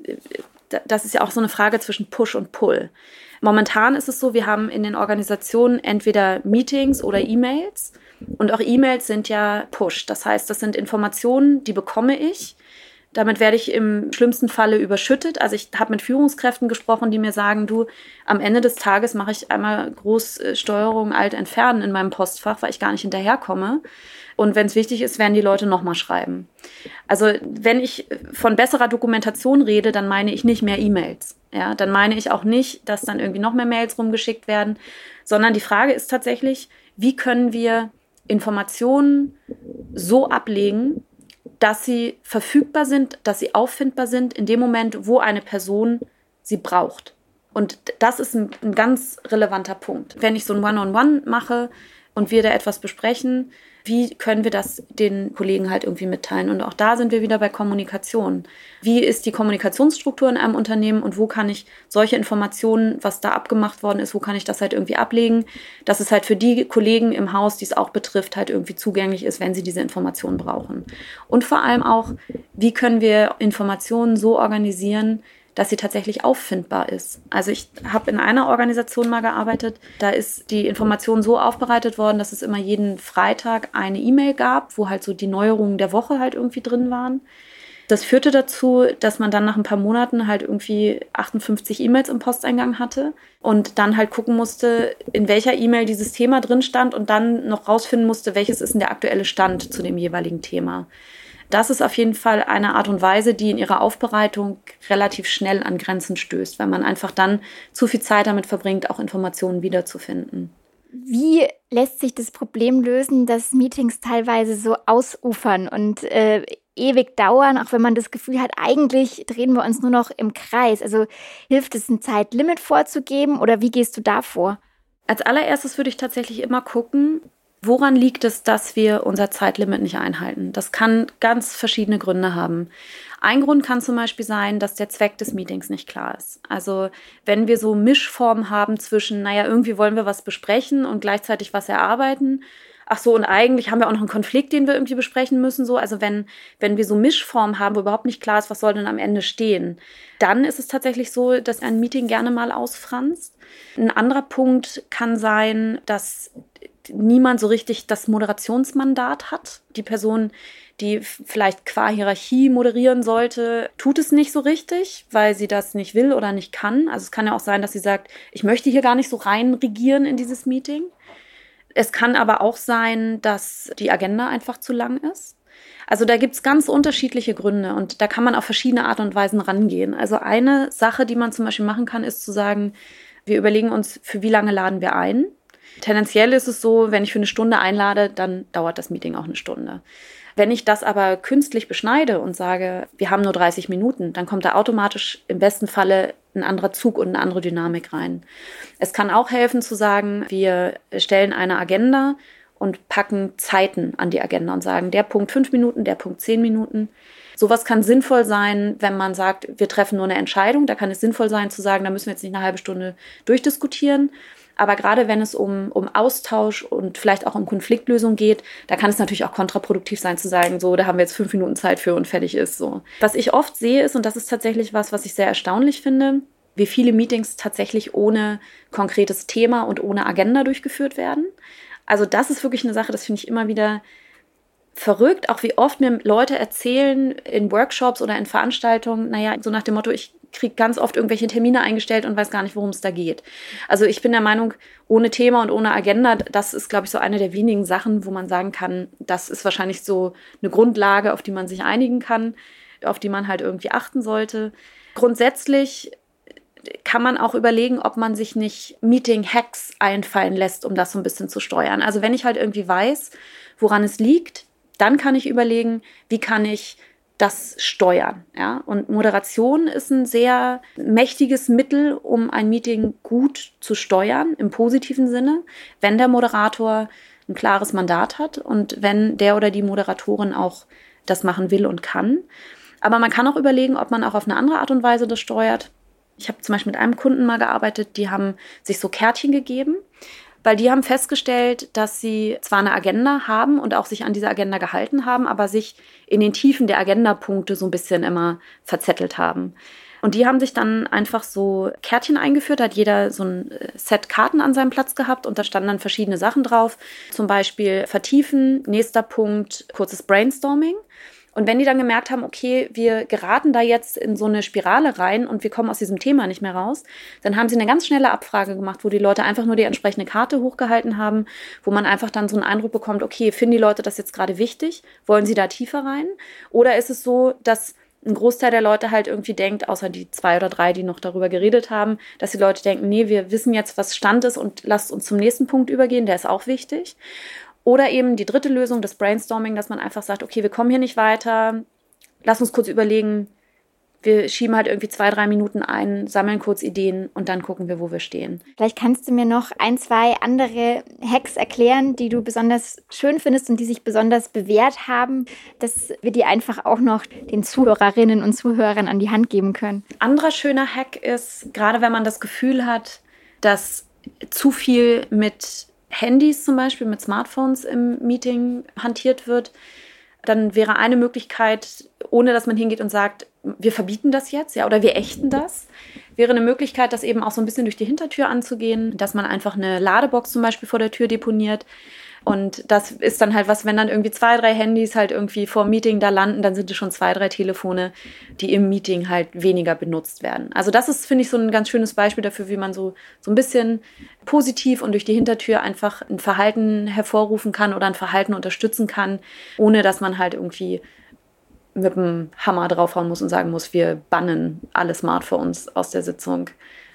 das ist ja auch so eine Frage zwischen Push und Pull. Momentan ist es so, wir haben in den Organisationen entweder Meetings oder E-Mails. Und auch E-Mails sind ja Push. Das heißt, das sind Informationen, die bekomme ich. Damit werde ich im schlimmsten Falle überschüttet. Also ich habe mit Führungskräften gesprochen, die mir sagen, du, am Ende des Tages mache ich einmal Großsteuerung Alt entfernen in meinem Postfach, weil ich gar nicht hinterherkomme. Und wenn es wichtig ist, werden die Leute nochmal schreiben. Also wenn ich von besserer Dokumentation rede, dann meine ich nicht mehr E-Mails. Ja, dann meine ich auch nicht, dass dann irgendwie noch mehr Mails rumgeschickt werden, sondern die Frage ist tatsächlich, wie können wir Informationen so ablegen, dass sie verfügbar sind, dass sie auffindbar sind in dem Moment, wo eine Person sie braucht. Und das ist ein ganz relevanter Punkt. Wenn ich so ein One-on-One mache und wir da etwas besprechen, wie können wir das den Kollegen halt irgendwie mitteilen? Und auch da sind wir wieder bei Kommunikation. Wie ist die Kommunikationsstruktur in einem Unternehmen und wo kann ich solche Informationen, was da abgemacht worden ist, wo kann ich das halt irgendwie ablegen, dass es halt für die Kollegen im Haus, die es auch betrifft, halt irgendwie zugänglich ist, wenn sie diese Informationen brauchen. Und vor allem auch, wie können wir Informationen so organisieren, dass sie tatsächlich auffindbar ist. Also ich habe in einer Organisation mal gearbeitet, da ist die Information so aufbereitet worden, dass es immer jeden Freitag eine E-Mail gab, wo halt so die Neuerungen der Woche halt irgendwie drin waren. Das führte dazu, dass man dann nach ein paar Monaten halt irgendwie 58 E-Mails im Posteingang hatte und dann halt gucken musste, in welcher E-Mail dieses Thema drin stand und dann noch rausfinden musste, welches ist denn der aktuelle Stand zu dem jeweiligen Thema. Das ist auf jeden Fall eine Art und Weise, die in ihrer Aufbereitung relativ schnell an Grenzen stößt, weil man einfach dann zu viel Zeit damit verbringt, auch Informationen wiederzufinden. Wie lässt sich das Problem lösen, dass Meetings teilweise so ausufern und ewig dauern, auch wenn man das Gefühl hat, eigentlich drehen wir uns nur noch im Kreis? Also hilft es, ein Zeitlimit vorzugeben oder wie gehst du da vor? Als allererstes würde ich tatsächlich immer gucken, woran liegt es, dass wir unser Zeitlimit nicht einhalten? Das kann ganz verschiedene Gründe haben. Ein Grund kann zum Beispiel sein, dass der Zweck des Meetings nicht klar ist. Also wenn wir so Mischformen haben zwischen, irgendwie wollen wir was besprechen und gleichzeitig was erarbeiten. Ach so, und eigentlich haben wir auch noch einen Konflikt, den wir irgendwie besprechen müssen. So. Also wenn wir so Mischformen haben, wo überhaupt nicht klar ist, was soll denn am Ende stehen, dann ist es tatsächlich so, dass ein Meeting gerne mal ausfranst. Ein anderer Punkt kann sein, dass niemand so richtig das Moderationsmandat hat. Die Person, die vielleicht qua Hierarchie moderieren sollte, tut es nicht so richtig, weil sie das nicht will oder nicht kann. Also es kann ja auch sein, dass sie sagt, ich möchte hier gar nicht so rein regieren in dieses Meeting. Es kann aber auch sein, dass die Agenda einfach zu lang ist. Also da gibt es ganz unterschiedliche Gründe und da kann man auf verschiedene Art und Weisen rangehen. Also eine Sache, die man zum Beispiel machen kann, ist zu sagen, wir überlegen uns, für wie lange laden wir ein. Tendenziell ist es so, wenn ich für eine Stunde einlade, dann dauert das Meeting auch eine Stunde. Wenn ich das aber künstlich beschneide und sage, wir haben nur 30 Minuten, dann kommt da automatisch im besten Falle ein anderer Zug und eine andere Dynamik rein. Es kann auch helfen zu sagen, wir stellen eine Agenda und packen Zeiten an die Agenda und sagen, der Punkt 5 Minuten, der Punkt 10 Minuten. Sowas kann sinnvoll sein, wenn man sagt, wir treffen nur eine Entscheidung. Da kann es sinnvoll sein zu sagen, da müssen wir jetzt nicht eine halbe Stunde durchdiskutieren. Aber gerade wenn es um Austausch und vielleicht auch um Konfliktlösung geht, da kann es natürlich auch kontraproduktiv sein zu sagen, so, da haben wir jetzt 5 Minuten Zeit für und fertig ist. So. Was ich oft sehe ist, und das ist tatsächlich was ich sehr erstaunlich finde, wie viele Meetings tatsächlich ohne konkretes Thema und ohne Agenda durchgeführt werden. Also das ist wirklich eine Sache, das finde ich immer wieder verrückt, auch wie oft mir Leute erzählen in Workshops oder in Veranstaltungen, naja, so nach dem Motto, ich kriege ganz oft irgendwelche Termine eingestellt und weiß gar nicht, worum es da geht. Also ich bin der Meinung, ohne Thema und ohne Agenda, das ist, glaube ich, so eine der wenigen Sachen, wo man sagen kann, das ist wahrscheinlich so eine Grundlage, auf die man sich einigen kann, auf die man halt irgendwie achten sollte. Grundsätzlich kann man auch überlegen, ob man sich nicht Meeting-Hacks einfallen lässt, um das so ein bisschen zu steuern. Also wenn ich halt irgendwie weiß, woran es liegt, dann kann ich überlegen, wie kann ich das steuern. Ja? Und Moderation ist ein sehr mächtiges Mittel, um ein Meeting gut zu steuern, im positiven Sinne, wenn der Moderator ein klares Mandat hat und wenn der oder die Moderatorin auch das machen will und kann. Aber man kann auch überlegen, ob man auch auf eine andere Art und Weise das steuert. Ich habe zum Beispiel mit einem Kunden mal gearbeitet, die haben sich so Kärtchen gegeben, weil die haben festgestellt, dass sie zwar eine Agenda haben und auch sich an diese Agenda gehalten haben, aber sich in den Tiefen der Agendapunkte so ein bisschen immer verzettelt haben. Und die haben sich dann einfach so Kärtchen eingeführt, da hat jeder so ein Set Karten an seinem Platz gehabt und da standen dann verschiedene Sachen drauf, zum Beispiel vertiefen, nächster Punkt, kurzes Brainstorming. Und wenn die dann gemerkt haben, okay, wir geraten da jetzt in so eine Spirale rein und wir kommen aus diesem Thema nicht mehr raus, dann haben sie eine ganz schnelle Abfrage gemacht, wo die Leute einfach nur die entsprechende Karte hochgehalten haben, wo man einfach dann so einen Eindruck bekommt, okay, finden die Leute das jetzt gerade wichtig? Wollen sie da tiefer rein? Oder ist es so, dass ein Großteil der Leute halt irgendwie denkt, außer die 2 oder 3, die noch darüber geredet haben, dass die Leute denken, nee, wir wissen jetzt, was Stand ist und lasst uns zum nächsten Punkt übergehen, der ist auch wichtig. Oder eben die dritte Lösung, das Brainstorming, dass man einfach sagt, okay, wir kommen hier nicht weiter, lass uns kurz überlegen, wir schieben halt irgendwie 2, 3 Minuten ein, sammeln kurz Ideen und dann gucken wir, wo wir stehen. Vielleicht kannst du mir noch 1, 2 andere Hacks erklären, die du besonders schön findest und die sich besonders bewährt haben, dass wir die einfach auch noch den Zuhörerinnen und Zuhörern an die Hand geben können. Anderer schöner Hack ist, gerade wenn man das Gefühl hat, dass zu viel mit Handys zum Beispiel, mit Smartphones im Meeting hantiert wird, dann wäre eine Möglichkeit, ohne dass man hingeht und sagt, wir verbieten das jetzt, ja, oder wir ächten das, wäre eine Möglichkeit, das eben auch so ein bisschen durch die Hintertür anzugehen, dass man einfach eine Ladebox zum Beispiel vor der Tür deponiert. Und das ist dann halt was, wenn dann irgendwie 2, 3 Handys halt irgendwie vor dem Meeting da landen, dann sind es schon 2, 3 Telefone, die im Meeting halt weniger benutzt werden. Also das ist, finde ich, so ein ganz schönes Beispiel dafür, wie man so ein bisschen positiv und durch die Hintertür einfach ein Verhalten hervorrufen kann oder ein Verhalten unterstützen kann, ohne dass man halt irgendwie mit dem Hammer draufhauen muss und sagen muss, wir bannen alle Smartphones aus der Sitzung.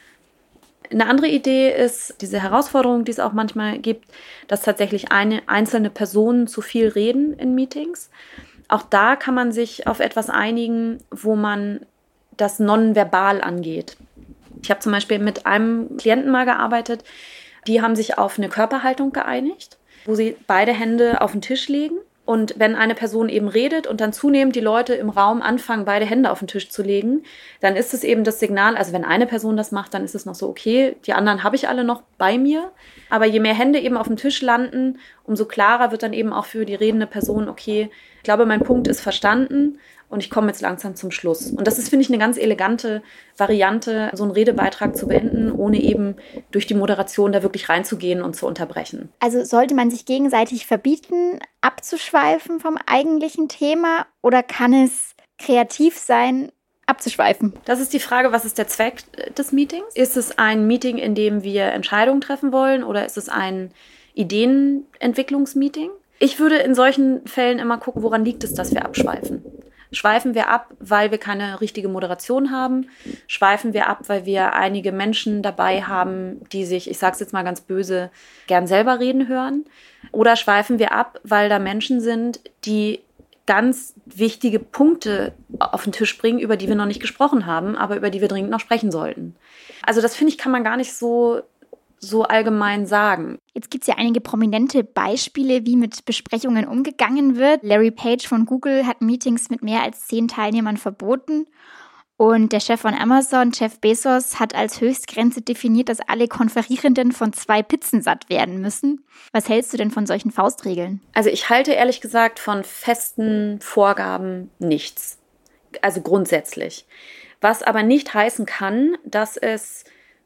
Eine andere Idee ist diese Herausforderung, die es auch manchmal gibt, dass tatsächlich eine einzelne Person zu viel reden in Meetings. Auch da kann man sich auf etwas einigen, wo man das nonverbal angeht. Ich habe zum Beispiel mit einem Klienten mal gearbeitet, die haben sich auf eine Körperhaltung geeinigt, wo sie beide Hände auf den Tisch legen. Und wenn eine Person eben redet und dann zunehmend die Leute im Raum anfangen, beide Hände auf den Tisch zu legen, dann ist es eben das Signal, also wenn eine Person das macht, dann ist es noch so, okay, die anderen habe ich alle noch bei mir. Aber je mehr Hände eben auf dem Tisch landen, umso klarer wird dann eben auch für die redende Person, okay, ich glaube, mein Punkt ist verstanden und ich komme jetzt langsam zum Schluss. Und das ist, finde ich, eine ganz elegante Variante, so einen Redebeitrag zu beenden, ohne eben durch die Moderation da wirklich reinzugehen und zu unterbrechen. Also sollte man sich gegenseitig verbieten, abzuschweifen vom eigentlichen Thema oder kann es kreativ sein, abzuschweifen? Das ist die Frage, was ist der Zweck des Meetings? Ist es ein Meeting, in dem wir Entscheidungen treffen wollen oder ist es ein Ideenentwicklungsmeeting? Ich würde in solchen Fällen immer gucken, woran liegt es, dass wir abschweifen. Schweifen wir ab, weil wir keine richtige Moderation haben? Schweifen wir ab, weil wir einige Menschen dabei haben, die sich, ich sage es jetzt mal ganz böse, gern selber reden hören? Oder schweifen wir ab, weil da Menschen sind, die ganz wichtige Punkte auf den Tisch bringen, über die wir noch nicht gesprochen haben, aber über die wir dringend noch sprechen sollten? Also das, finde ich, kann man gar nicht so allgemein sagen. Jetzt gibt es ja einige prominente Beispiele, wie mit Besprechungen umgegangen wird. Larry Page von Google hat Meetings mit mehr als 10 Teilnehmern verboten. Und der Chef von Amazon, Jeff Bezos, hat als Höchstgrenze definiert, dass alle Konferierenden von 2 Pizzen satt werden müssen. Was hältst du denn von solchen Faustregeln? Also ich halte ehrlich gesagt von festen Vorgaben nichts. Also grundsätzlich. Was aber nicht heißen kann, dass es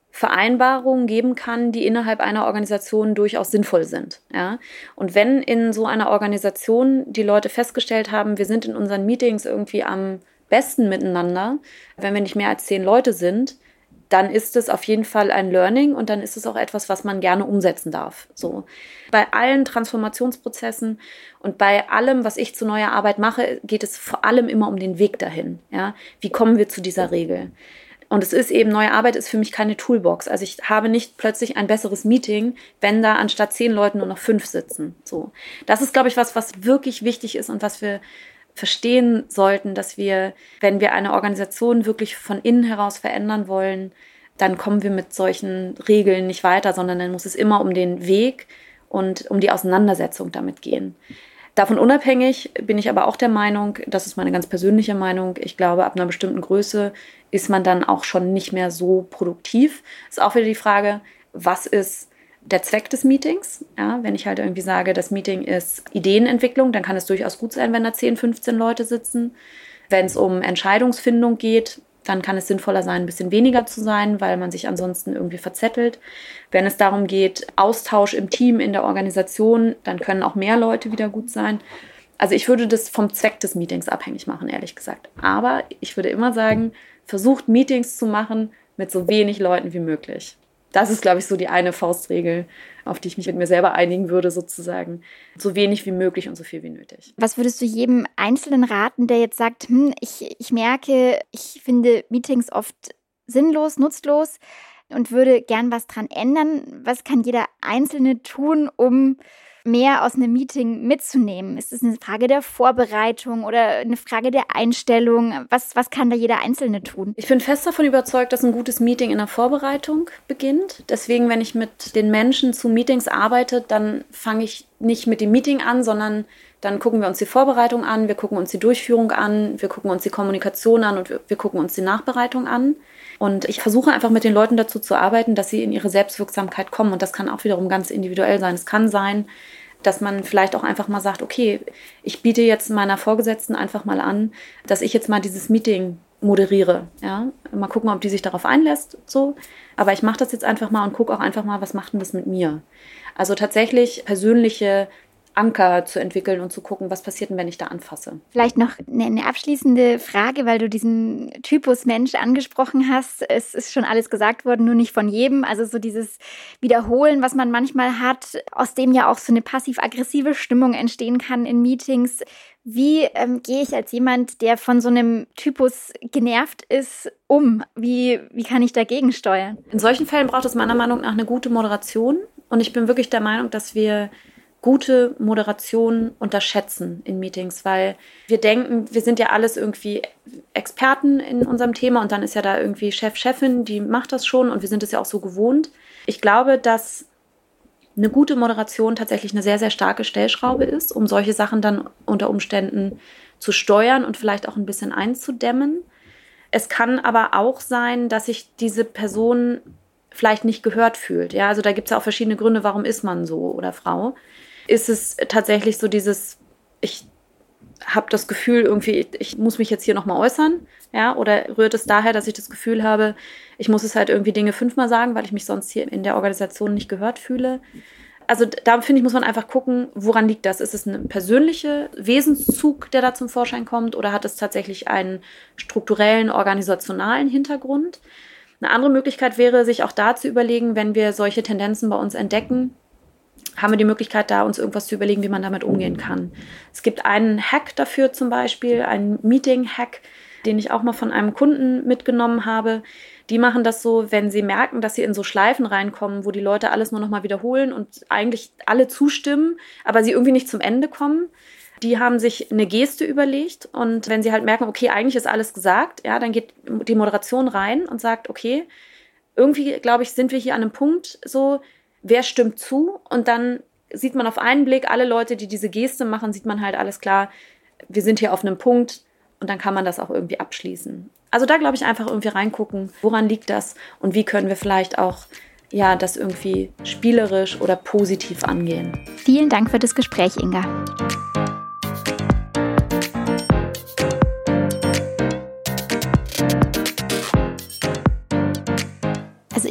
Vereinbarungen geben kann, die innerhalb einer Organisation durchaus sinnvoll sind. Ja? Und wenn in so einer Organisation die Leute festgestellt haben, wir sind in unseren Meetings irgendwie am besten miteinander, wenn wir nicht mehr als 10 Leute sind, dann ist es auf jeden Fall ein Learning und dann ist es auch etwas, was man gerne umsetzen darf. So. Bei allen Transformationsprozessen und bei allem, was ich zu neuer Arbeit mache, geht es vor allem immer um den Weg dahin. Ja? Wie kommen wir zu dieser Regel? Und es ist eben, neue Arbeit ist für mich keine Toolbox. Also ich habe nicht plötzlich ein besseres Meeting, wenn da anstatt 10 Leuten nur noch 5 sitzen. So. Das ist, glaube ich, was wirklich wichtig ist und was wir verstehen sollten, dass wir, wenn wir eine Organisation wirklich von innen heraus verändern wollen, dann kommen wir mit solchen Regeln nicht weiter, sondern dann muss es immer um den Weg und um die Auseinandersetzung damit gehen. Davon unabhängig bin ich aber auch der Meinung, das ist meine ganz persönliche Meinung, ich glaube, ab einer bestimmten Größe ist man dann auch schon nicht mehr so produktiv. Ist auch wieder die Frage, was ist der Zweck des Meetings? Ja, wenn ich halt irgendwie sage, das Meeting ist Ideenentwicklung, dann kann es durchaus gut sein, wenn da 10, 15 Leute sitzen. Wenn es um Entscheidungsfindung geht, dann kann es sinnvoller sein, ein bisschen weniger zu sein, weil man sich ansonsten irgendwie verzettelt. Wenn es darum geht, Austausch im Team, in der Organisation, dann können auch mehr Leute wieder gut sein. Also ich würde das vom Zweck des Meetings abhängig machen, ehrlich gesagt. Aber ich würde immer sagen, versucht Meetings zu machen mit so wenig Leuten wie möglich. Das ist, glaube ich, so die eine Faustregel, auf die ich mich mit mir selber einigen würde, sozusagen. So wenig wie möglich und so viel wie nötig. Was würdest du jedem Einzelnen raten, der jetzt sagt, ich merke, ich finde Meetings oft sinnlos, nutzlos und würde gern was dran ändern? Was kann jeder Einzelne tun, um mehr aus einem Meeting mitzunehmen? Ist es eine Frage der Vorbereitung oder eine Frage der Einstellung? Was kann da jeder Einzelne tun? Ich bin fest davon überzeugt, dass ein gutes Meeting in der Vorbereitung beginnt. Deswegen, wenn ich mit den Menschen zu Meetings arbeite, dann fange ich nicht mit dem Meeting an, sondern dann gucken wir uns die Vorbereitung an, wir gucken uns die Durchführung an, wir gucken uns die Kommunikation an und wir gucken uns die Nachbereitung an. Und ich versuche einfach mit den Leuten dazu zu arbeiten, dass sie in ihre Selbstwirksamkeit kommen. Und das kann auch wiederum ganz individuell sein. Es kann sein, dass man vielleicht auch einfach mal sagt, okay, ich biete jetzt meiner Vorgesetzten einfach mal an, dass ich jetzt mal dieses Meeting moderiere. Ja? Mal gucken, ob die sich darauf einlässt. So. Aber ich mache das jetzt einfach mal und gucke auch einfach mal, was macht denn das mit mir? Also tatsächlich persönliche Anker zu entwickeln und zu gucken, was passiert denn, wenn ich da anfasse. Vielleicht noch eine abschließende Frage, weil du diesen Typus Mensch angesprochen hast. Es ist schon alles gesagt worden, nur nicht von jedem. Also so dieses Wiederholen, was man manchmal hat, aus dem ja auch so eine passiv-aggressive Stimmung entstehen kann in Meetings. Wie gehe ich als jemand, der von so einem Typus genervt ist, um? Wie kann ich dagegen steuern? In solchen Fällen braucht es meiner Meinung nach eine gute Moderation. Und ich bin wirklich der Meinung, dass wir gute Moderation unterschätzen in Meetings, weil wir denken, wir sind ja alles irgendwie Experten in unserem Thema und dann ist ja da irgendwie Chef, Chefin, die macht das schon und wir sind es ja auch so gewohnt. Ich glaube, dass eine gute Moderation tatsächlich eine sehr, sehr starke Stellschraube ist, um solche Sachen dann unter Umständen zu steuern und vielleicht auch ein bisschen einzudämmen. Es kann aber auch sein, dass sich diese Person vielleicht nicht gehört fühlt. Ja, also da gibt es ja auch verschiedene Gründe, warum ist man so oder Frau. Ist es tatsächlich so dieses, ich habe das Gefühl, irgendwie, ich muss mich jetzt hier nochmal äußern, ja, oder rührt es daher, dass ich das Gefühl habe, ich muss es halt irgendwie Dinge 5-mal sagen, weil ich mich sonst hier in der Organisation nicht gehört fühle. Also da, finde ich, muss man einfach gucken, woran liegt das? Ist es ein persönlicher Wesenszug, der da zum Vorschein kommt, oder hat es tatsächlich einen strukturellen, organisationalen Hintergrund? Eine andere Möglichkeit wäre, sich auch da zu überlegen, wenn wir solche Tendenzen bei uns entdecken, haben wir die Möglichkeit, da uns irgendwas zu überlegen, wie man damit umgehen kann. Es gibt einen Hack dafür zum Beispiel, einen Meeting-Hack, den ich auch mal von einem Kunden mitgenommen habe. Die machen das so, wenn sie merken, dass sie in so Schleifen reinkommen, wo die Leute alles nur noch mal wiederholen und eigentlich alle zustimmen, aber sie irgendwie nicht zum Ende kommen. Die haben sich eine Geste überlegt und wenn sie halt merken, okay, eigentlich ist alles gesagt, ja, dann geht die Moderation rein und sagt, okay, irgendwie, glaube ich, sind wir hier an einem Punkt so, wer stimmt zu? Und dann sieht man auf einen Blick, alle Leute, die diese Geste machen, sieht man halt alles klar, wir sind hier auf einem Punkt und dann kann man das auch irgendwie abschließen. Also da, glaube ich, einfach irgendwie reingucken, woran liegt das und wie können wir vielleicht auch ja, das irgendwie spielerisch oder positiv angehen. Vielen Dank für das Gespräch, Inga.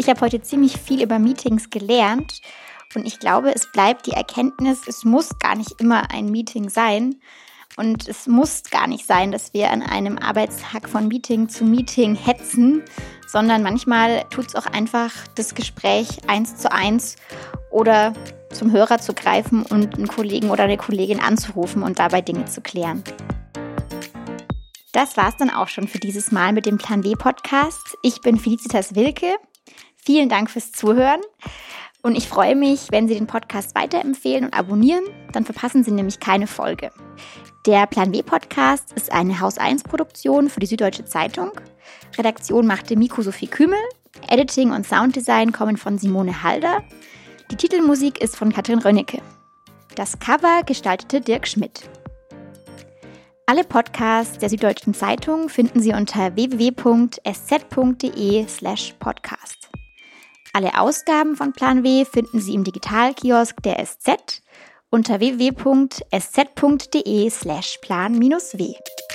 Ich habe heute ziemlich viel über Meetings gelernt und ich glaube, es bleibt die Erkenntnis, es muss gar nicht immer ein Meeting sein und es muss gar nicht sein, dass wir an einem Arbeitstag von Meeting zu Meeting hetzen, sondern manchmal tut es auch einfach das Gespräch 1:1 oder zum Hörer zu greifen und einen Kollegen oder eine Kollegin anzurufen und dabei Dinge zu klären. Das war's dann auch schon für dieses Mal mit dem Plan W Podcast. Ich bin Felicitas Wilke. Vielen Dank fürs Zuhören. Und ich freue mich, wenn Sie den Podcast weiterempfehlen und abonnieren, dann verpassen Sie nämlich keine Folge. Der Plan W Podcast ist eine Haus-1-Produktion für die Süddeutsche Zeitung. Redaktion machte Miko Sophie Kümel. Editing und Sounddesign kommen von Simone Halder. Die Titelmusik ist von Katrin Rönnecke. Das Cover gestaltete Dirk Schmidt. Alle Podcasts der Süddeutschen Zeitung finden Sie unter www.sz.de/podcast. Alle Ausgaben von Plan W finden Sie im Digitalkiosk der SZ unter www.sz.de/plan-w.